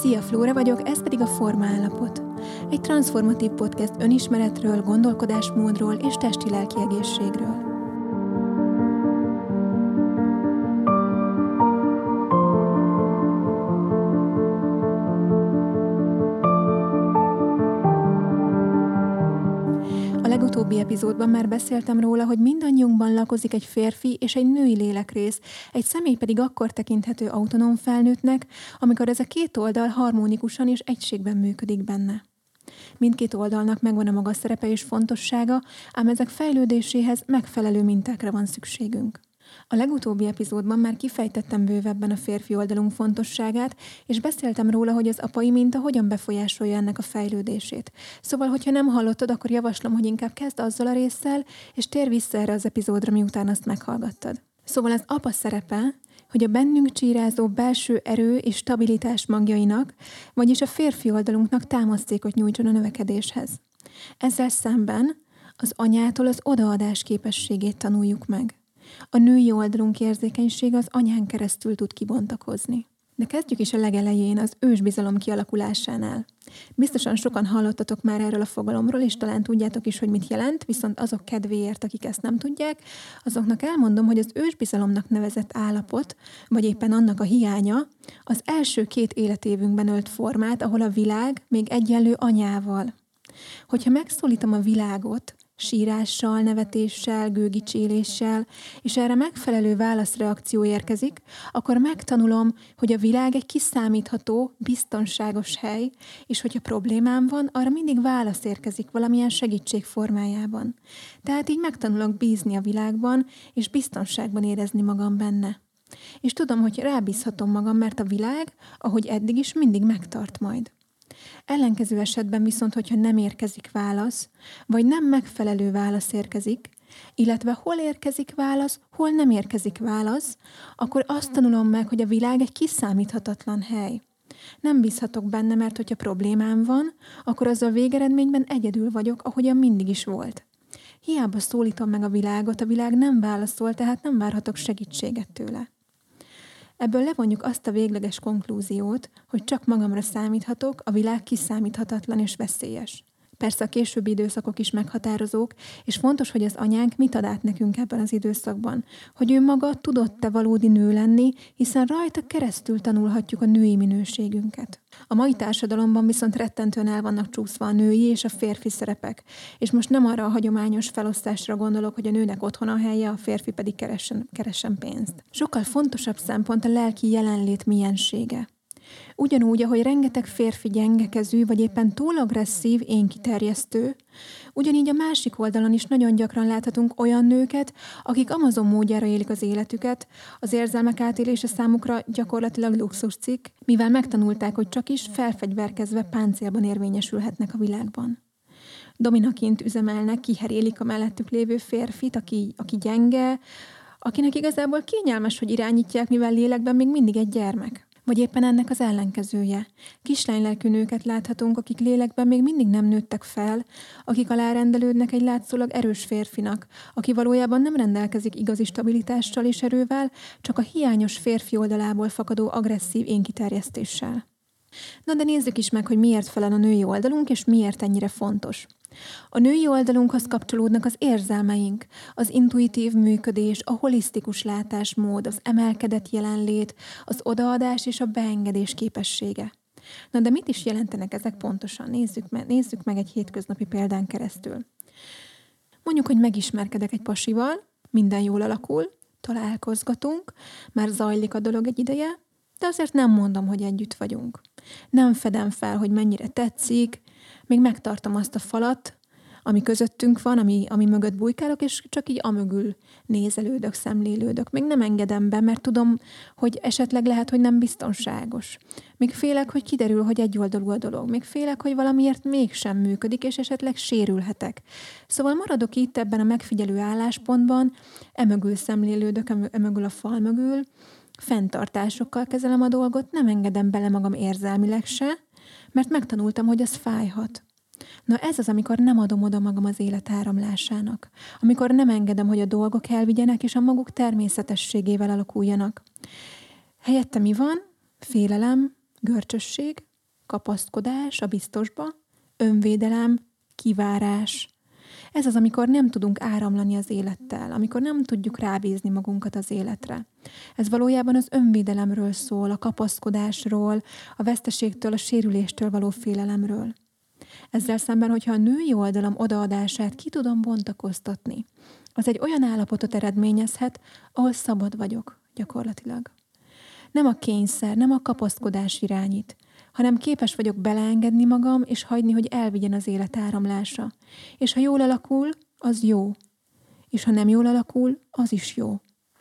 Szia, Flóra vagyok, ez pedig a Forma Állapot. Egy transformatív podcast önismeretről, gondolkodásmódról és testi-lelki egészségről. A legutóbbi epizódban már beszéltem róla, hogy mindannyiunkban lakozik egy férfi és egy női lélekrész, egy személy pedig akkor tekinthető autonóm felnőttnek, amikor ez a két oldal harmonikusan és egységben működik benne. Mindkét oldalnak megvan a maga szerepe és fontossága, ám ezek fejlődéséhez megfelelő mintákra van szükségünk. A legutóbbi epizódban már kifejtettem bővebben a férfi oldalunk fontosságát, és beszéltem róla, hogy az apai minta hogyan befolyásolja ennek a fejlődését. Szóval, hogyha nem hallottad, akkor javaslom, hogy inkább kezd azzal a résszel, és térj vissza erre az epizódra, miután azt meghallgattad. Szóval az apa szerepe, hogy a bennünk csírázó belső erő és stabilitás magjainak, vagyis a férfi oldalunknak támasztékot nyújtson a növekedéshez. Ezzel szemben az anyától az odaadás képességét tanuljuk meg. A női oldalunk érzékenysége az anyán keresztül tud kibontakozni. De kezdjük is a legelején, az ősbizalom kialakulásánál. Biztosan sokan hallottatok már erről a fogalomról, és talán tudjátok is, hogy mit jelent, viszont azok kedvéért, akik ezt nem tudják, azoknak elmondom, hogy az ősbizalomnak nevezett állapot, vagy éppen annak a hiánya, az első 2 életévünkben ölt formát, ahol a világ még egyenlő anyával. Hogyha megszólítom a világot, sírással, nevetéssel, gőgicséléssel, és erre megfelelő válaszreakció érkezik, akkor megtanulom, hogy a világ egy kiszámítható, biztonságos hely, és hogyha problémám van, arra mindig válasz érkezik valamilyen segítség formájában. Tehát így megtanulok bízni a világban, és biztonságban érezni magam benne. És tudom, hogy rábízhatom magam, mert a világ, ahogy eddig is, mindig megtart majd. Ellenkező esetben viszont, hogyha nem érkezik válasz, vagy nem megfelelő válasz érkezik, illetve hol érkezik válasz, hol nem érkezik válasz, akkor azt tanulom meg, hogy a világ egy kiszámíthatatlan hely. Nem bízhatok benne, mert hogyha problémám van, akkor azzal végeredményben egyedül vagyok, ahogyan mindig is volt. Hiába szólítom meg a világot, a világ nem válaszol, tehát nem várhatok segítséget tőle. Ebből levonjuk azt a végleges konklúziót, hogy csak magamra számíthatok, a világ kiszámíthatatlan és veszélyes. Persze a későbbi időszakok is meghatározók, és fontos, hogy az anyánk mit ad át nekünk ebben az időszakban. Hogy ő maga tudott-e valódi nő lenni, hiszen rajta keresztül tanulhatjuk a női minőségünket. A mai társadalomban viszont rettentően el vannak csúszva a női és a férfi szerepek. És most nem arra a hagyományos felosztásra gondolok, hogy a nőnek otthon a helye, a férfi pedig keressen pénzt. Sokkal fontosabb szempont a lelki jelenlét miensége. Ugyanúgy, ahogy rengeteg férfi gyengekezű, vagy éppen túl agresszív, énkiterjesztő, ugyanígy a másik oldalon is nagyon gyakran láthatunk olyan nőket, akik Amazon módjára élik az életüket, az érzelmek átélése számukra gyakorlatilag luxuscikk, mivel megtanulták, hogy csak is felfegyverkezve páncélban érvényesülhetnek a világban. Dominaként üzemelnek, kiherélik a mellettük lévő férfit, aki gyenge, akinek igazából kényelmes, hogy irányítják, mivel lélekben még mindig egy gyermek. Vagy éppen ennek az ellenkezője. Kislánylelkű nőket láthatunk, akik lélekben még mindig nem nőttek fel, akik alárendelődnek egy látszólag erős férfinak, aki valójában nem rendelkezik igazi stabilitással és erővel, csak a hiányos férfi oldalából fakadó agresszív énkiterjesztéssel. Na de nézzük is meg, hogy miért felel a női oldalunk, és miért ennyire fontos. A női oldalunkhoz kapcsolódnak az érzelmeink, az intuitív működés, a holisztikus látásmód, az emelkedett jelenlét, az odaadás és a beengedés képessége. Na de mit is jelentenek ezek pontosan? Nézzük meg egy hétköznapi példán keresztül. Mondjuk, hogy megismerkedek egy pasival, minden jól alakul, találkozgatunk, már zajlik a dolog egy ideje, de azért nem mondom, hogy együtt vagyunk. Nem fedem fel, hogy mennyire tetszik, még megtartom azt a falat, ami közöttünk van, ami mögött bujkálok, és csak így amögül nézelődök, szemlélődök. Még nem engedem be, mert tudom, hogy esetleg lehet, hogy nem biztonságos. Még félek, hogy kiderül, hogy egyoldalú a dolog. Még félek, hogy valamiért mégsem működik, és esetleg sérülhetek. Szóval maradok itt ebben a megfigyelő álláspontban, emögül szemlélődök, emögül a fal mögül, fenntartásokkal kezelem a dolgot, nem engedem bele magam érzelmileg se, mert megtanultam, hogy az fájhat. Na ez az, amikor nem adom oda magam az élet áramlásának. Amikor nem engedem, hogy a dolgok elvigyenek, és a maguk természetességével alakuljanak. Helyette mi van? Félelem, görcsösség, kapaszkodás a biztosba, önvédelem, kivárás. Ez az, amikor nem tudunk áramlani az élettel, amikor nem tudjuk rábízni magunkat az életre. Ez valójában az önvédelemről szól, a kapaszkodásról, a veszteségtől, a sérüléstől való félelemről. Ezzel szemben, hogyha a női oldalam odaadását ki tudom bontakoztatni, az egy olyan állapotot eredményezhet, ahol szabad vagyok gyakorlatilag. Nem a kényszer, nem a kapaszkodás irányít, hanem képes vagyok beleengedni magam, és hagyni, hogy elvigyen az élet áramlása. És ha jól alakul, az jó. És ha nem jól alakul, az is jó.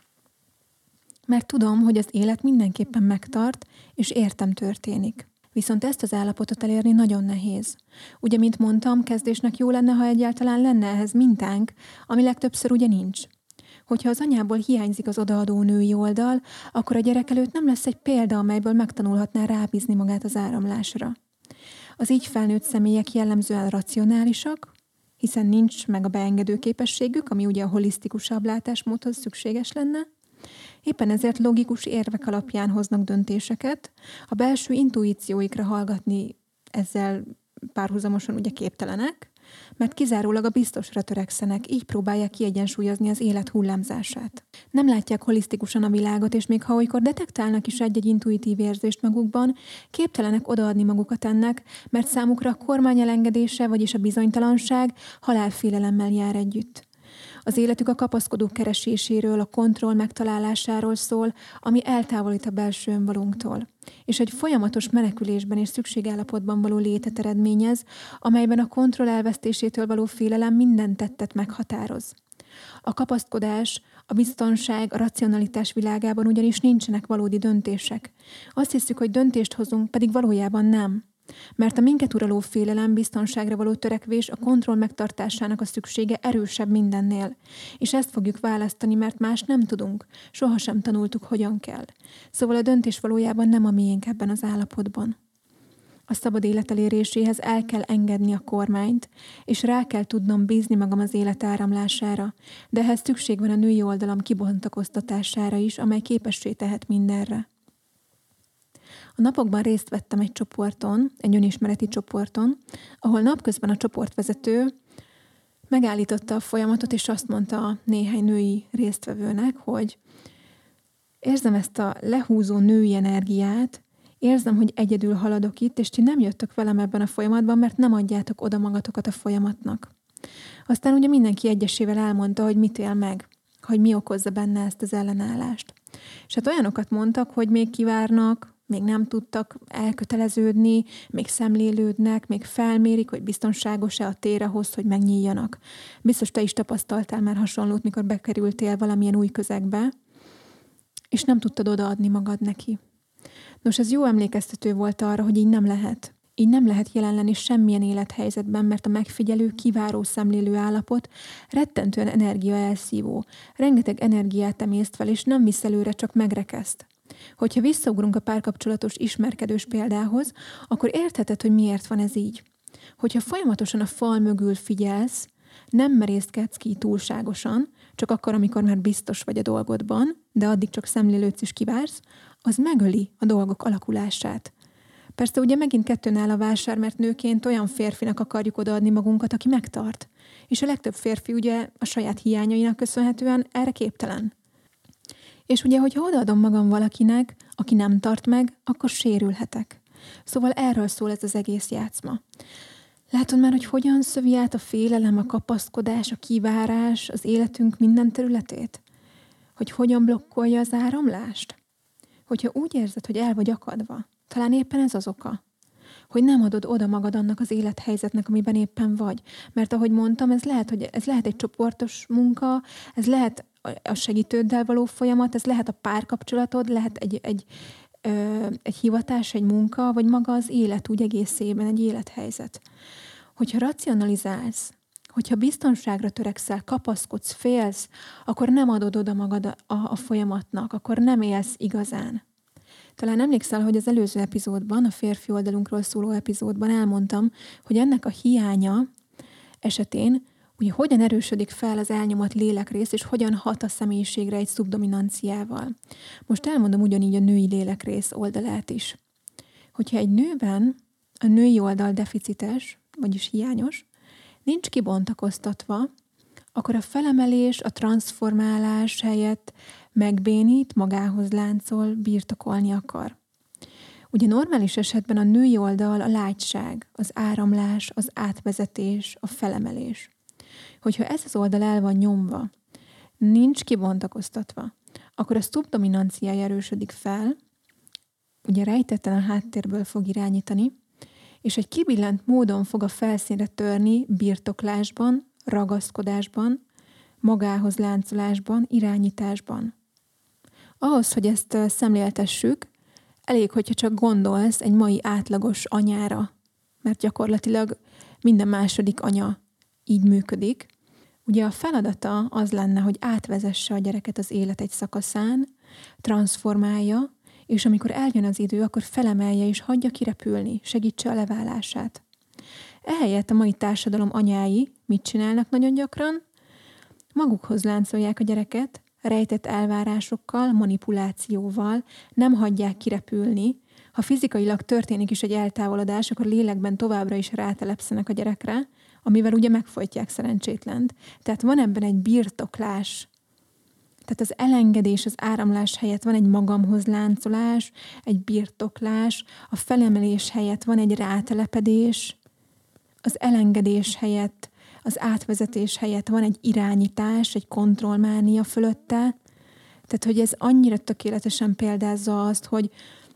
Mert tudom, hogy az élet mindenképpen megtart, és értem történik. Viszont ezt az állapotot elérni nagyon nehéz. Ugye, mint mondtam, kezdésnek jó lenne, ha egyáltalán lenne ehhez mintánk, ami legtöbbször ugye nincs. Hogyha az anyából hiányzik az odaadó női oldal, akkor a gyerek előtt nem lesz egy példa, amelyből megtanulhatná rábízni magát az áramlásra. Az így felnőtt személyek jellemzően racionálisak, hiszen nincs meg a beengedő képességük, ami ugye a holisztikusabb látásmódhoz szükséges lenne. Éppen ezért logikus érvek alapján hoznak döntéseket, a belső intuícióikra hallgatni ezzel párhuzamosan ugye képtelenek, mert kizárólag a biztosra törekszenek, így próbálják kiegyensúlyozni az élet hullámzását. Nem látják holisztikusan a világot, és még ha olykor detektálnak is egy-egy intuitív érzést magukban, képtelenek odaadni magukat ennek, mert számukra a kormány elengedése, vagyis a bizonytalanság halálfélelemmel jár együtt. Az életük a kapaszkodók kereséséről, a kontroll megtalálásáról szól, ami eltávolít a belső önvalónktól, és egy folyamatos menekülésben és szükségállapotban való létet eredményez, amelyben a kontroll elvesztésétől való félelem minden tettet meghatároz. A kapaszkodás, a biztonság, a racionalitás világában ugyanis nincsenek valódi döntések. Azt hiszük, hogy döntést hozunk, pedig valójában nem. Mert a minket uraló félelem, biztonságra való törekvés, a kontroll megtartásának a szüksége erősebb mindennél. És ezt fogjuk választani, mert más nem tudunk. Sohasem tanultuk, hogyan kell. Szóval a döntés valójában nem a miénk ebben az állapotban. A szabad élet eléréséhez el kell engedni a kormányt, és rá kell tudnom bízni magam az élet áramlására, de ehhez szükség van a női oldalam kibontakoztatására is, amely képessé tehet mindenre. A napokban részt vettem egy csoporton, egy önismereti csoporton, ahol napközben a csoportvezető megállította a folyamatot, és azt mondta a néhány női résztvevőnek, hogy érzem ezt a lehúzó női energiát, érzem, hogy egyedül haladok itt, és ti nem jöttök velem ebben a folyamatban, mert nem adjátok oda magatokat a folyamatnak. Aztán ugye mindenki egyesével elmondta, hogy mit él meg, hogy mi okozza benne ezt az ellenállást. És hát olyanokat mondtak, hogy még kivárnak, még nem tudtak elköteleződni, még szemlélődnek, még felmérik, hogy biztonságos-e a tér ahhoz, hogy megnyíljanak. Biztos te is tapasztaltál már hasonlót, mikor bekerültél valamilyen új közegbe, és nem tudtad odaadni magad neki. Nos, ez jó emlékeztető volt arra, hogy így nem lehet. Így nem lehet jelen lenni semmilyen élethelyzetben, mert a megfigyelő, kiváró szemlélő állapot rettentően energiaelszívó. Rengeteg energiát emészt fel, és nem visz előre, csak megrekeszt. Hogyha visszaugrunk a párkapcsolatos ismerkedős példához, akkor értheted, hogy miért van ez így. Hogyha folyamatosan a fal mögül figyelsz, nem merészkedsz ki túlságosan, csak akkor, amikor már biztos vagy a dolgodban, de addig csak szemlélődsz és kivársz, az megöli a dolgok alakulását. Persze ugye megint kettőn áll a vásár, mert nőként olyan férfinak akarjuk odaadni magunkat, aki megtart. És a legtöbb férfi ugye a saját hiányainak köszönhetően erre képtelen. És ugye, hogyha odaadom magam valakinek, aki nem tart meg, akkor sérülhetek. Szóval erről szól ez az egész játszma. Látod már, hogy hogyan szövi át a félelem, a kapaszkodás, a kivárás az életünk minden területét? Hogy hogyan blokkolja az áramlást? Hogyha úgy érzed, hogy el vagy akadva, talán éppen ez az oka. Hogy nem adod oda magad annak az élethelyzetnek, amiben éppen vagy. Mert ahogy mondtam, ez lehet egy csoportos munka, ez lehet a segítőddel való folyamat, ez lehet a párkapcsolatod, lehet egy hivatás, egy munka, vagy maga az élet úgy egészében, egy élethelyzet. Hogyha racionalizálsz, hogyha biztonságra törekszel, kapaszkodsz, félsz, akkor nem adod oda magad a folyamatnak, akkor nem élsz igazán. Talán emlékszel, hogy az előző epizódban, a férfi oldalunkról szóló epizódban elmondtam, hogy ennek a hiánya esetén ugye hogyan erősödik fel az elnyomott lélekrész, és hogyan hat a személyiségre egy szubdominanciával. Most elmondom ugyanígy a női lélekrész oldalát is. Hogyha egy nőben a női oldal deficites, vagyis hiányos, nincs kibontakoztatva, akkor a felemelés, a transformálás helyett megbénít, magához láncol, birtokolni akar. Ugye normális esetben a női oldal a lágyság, az áramlás, az átvezetés, a felemelés. Hogyha ez az oldal el van nyomva, nincs kibontakoztatva, akkor a szubdominancia erősödik fel, ugye rejtetten a háttérből fog irányítani, és egy kibillent módon fog a felszínre törni birtoklásban, ragaszkodásban, magához láncolásban, irányításban. Ahhoz, hogy ezt szemléltessük, elég, hogyha csak gondolsz egy mai átlagos anyára, mert gyakorlatilag minden második anya így működik. Ugye a feladata az lenne, hogy átvezesse a gyereket az élet egy szakaszán, transformálja, és amikor eljön az idő, akkor felemelje és hagyja kirepülni, segítse a leválását. Ehelyett a mai társadalom anyái mit csinálnak nagyon gyakran? Magukhoz láncolják a gyereket, rejtett elvárásokkal, manipulációval, nem hagyják kirepülni. Ha fizikailag történik is egy eltávolodás, akkor lélekben továbbra is rátelepszenek a gyerekre, amivel ugye megfojtják szerencsétlent. Tehát van ebben egy birtoklás. Tehát az elengedés, az áramlás helyett van egy magamhoz láncolás, egy birtoklás, a felemelés helyett van egy rátelepedés, az elengedés helyett, az átvezetés helyett van egy irányítás, egy kontrollmánia fölötte. Tehát, hogy ez annyira tökéletesen példázza azt, hogy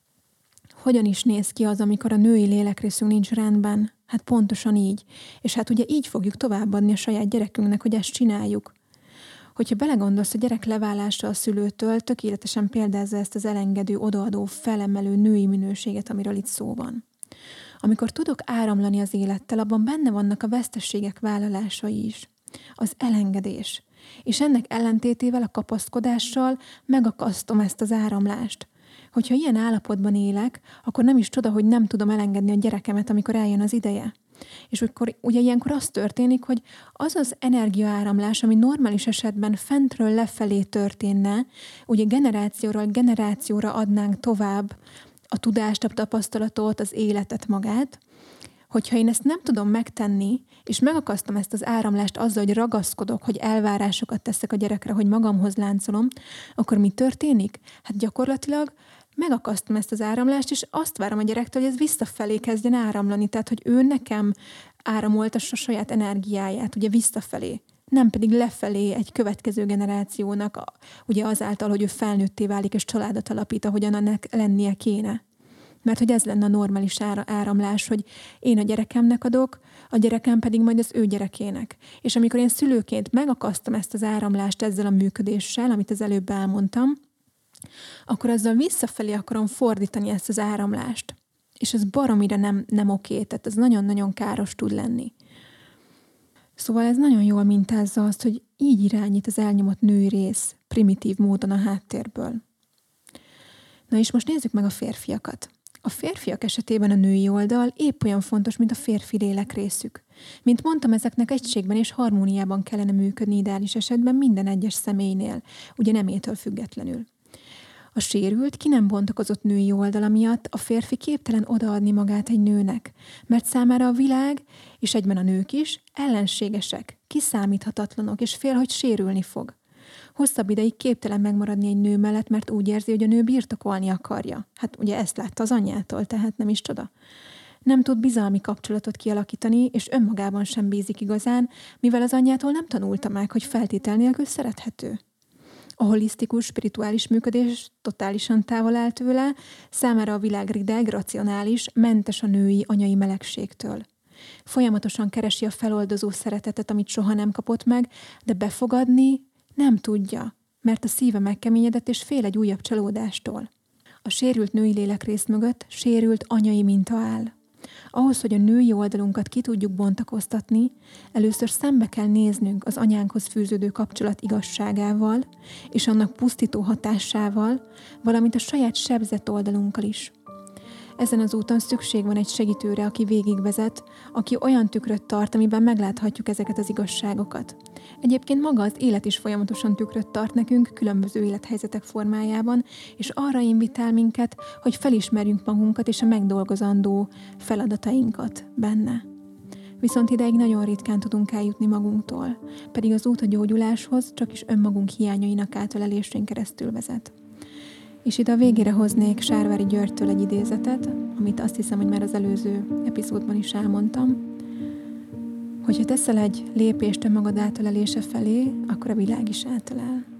hogyan is néz ki az, amikor a női lélekrészünk nincs rendben. Hát pontosan így. És hát ugye így fogjuk továbbadni a saját gyerekünknek, hogy ezt csináljuk. Hogyha belegondolsz, a gyerek leválása a szülőtől, tökéletesen példázza ezt az elengedő, odaadó, felemelő női minőséget, amiről itt szó van. Amikor tudok áramlani az élettel, abban benne vannak a veszteségek vállalásai is. Az elengedés. És ennek ellentétével, a kapaszkodással megakasztom ezt az áramlást. Hogyha ilyen állapotban élek, akkor nem is csoda, hogy nem tudom elengedni a gyerekemet, amikor eljön az ideje. És akkor ugye ilyenkor az történik, hogy az az energiaáramlás, ami normális esetben fentről lefelé történne, ugye generációról generációra adnánk tovább a tudást, a tapasztalatot, az életet magát, hogyha én ezt nem tudom megtenni, és megakasztom ezt az áramlást azzal, hogy ragaszkodok, hogy elvárásokat teszek a gyerekre, hogy magamhoz láncolom, akkor mi történik? Hát gyakorlatilag megakasztom ezt az áramlást, és azt várom a gyerektől, hogy ez visszafelé kezdjen áramlani, tehát hogy ő nekem áramoltassa a saját energiáját, ugye visszafelé. Nem pedig lefelé egy következő generációnak, ugye azáltal, hogy ő felnőtté válik és családot alapít, ahogyan ennek lennie kéne. Mert hogy ez lenne a normális áramlás, hogy én a gyerekemnek adok, a gyerekem pedig majd az ő gyerekének. És amikor én szülőként megakasztom ezt az áramlást ezzel a működéssel, amit az előbb elmondtam, akkor azzal visszafelé akarom fordítani ezt az áramlást. És ez baromira nem oké, tehát ez nagyon-nagyon káros tud lenni. Szóval ez nagyon jól mintázza azt, hogy így irányít az elnyomott női rész primitív módon a háttérből. Na és most nézzük meg a férfiakat. A férfiak esetében a női oldal épp olyan fontos, mint a férfi lélekrészük. Mint mondtam, ezeknek egységben és harmóniában kellene működni ideális esetben minden egyes személynél, ugye nemétől függetlenül. A sérült, ki nem bontakozott női oldala miatt a férfi képtelen odaadni magát egy nőnek, mert számára a világ, és egyben a nők is, ellenségesek, kiszámíthatatlanok, és fél, hogy sérülni fog. Hosszabb ideig képtelen megmaradni egy nő mellett, mert úgy érzi, hogy a nő birtokolni akarja. Hát ugye ezt látta az anyjától, tehát nem is csoda. Nem tud bizalmi kapcsolatot kialakítani, és önmagában sem bízik igazán, mivel az anyjától nem tanulta meg, hogy feltétel nélkül szerethető. A holisztikus, spirituális működés totálisan távol áll tőle, számára a világ rideg, racionális, mentes a női, anyai melegségtől. Folyamatosan keresi a feloldozó szeretetet, amit soha nem kapott meg, de befogadni nem tudja, mert a szíve megkeményedett és fél egy újabb csalódástól. A sérült női lélekrész mögött sérült anyai minta áll. Ahhoz, hogy a női oldalunkat ki tudjuk bontakoztatni, először szembe kell néznünk az anyánkhoz fűződő kapcsolat igazságával és annak pusztító hatásával, valamint a saját sebzett oldalunkkal is. Ezen az úton szükség van egy segítőre, aki végigvezet, aki olyan tükröt tart, amiben megláthatjuk ezeket az igazságokat. Egyébként maga az élet is folyamatosan tükröt tart nekünk, különböző élethelyzetek formájában, és arra invitál minket, hogy felismerjünk magunkat és a megdolgozandó feladatainkat benne. Viszont ideig nagyon ritkán tudunk eljutni magunktól, pedig az út a gyógyuláshoz csak is önmagunk hiányainak átölelésén keresztül vezet. És itt a végére hoznék Sárvári Györgytől egy idézetet, amit azt hiszem, hogy már az előző epizódban is elmondtam, hogyha teszel egy lépést önmagad átölelése felé, akkor a világ is átölel.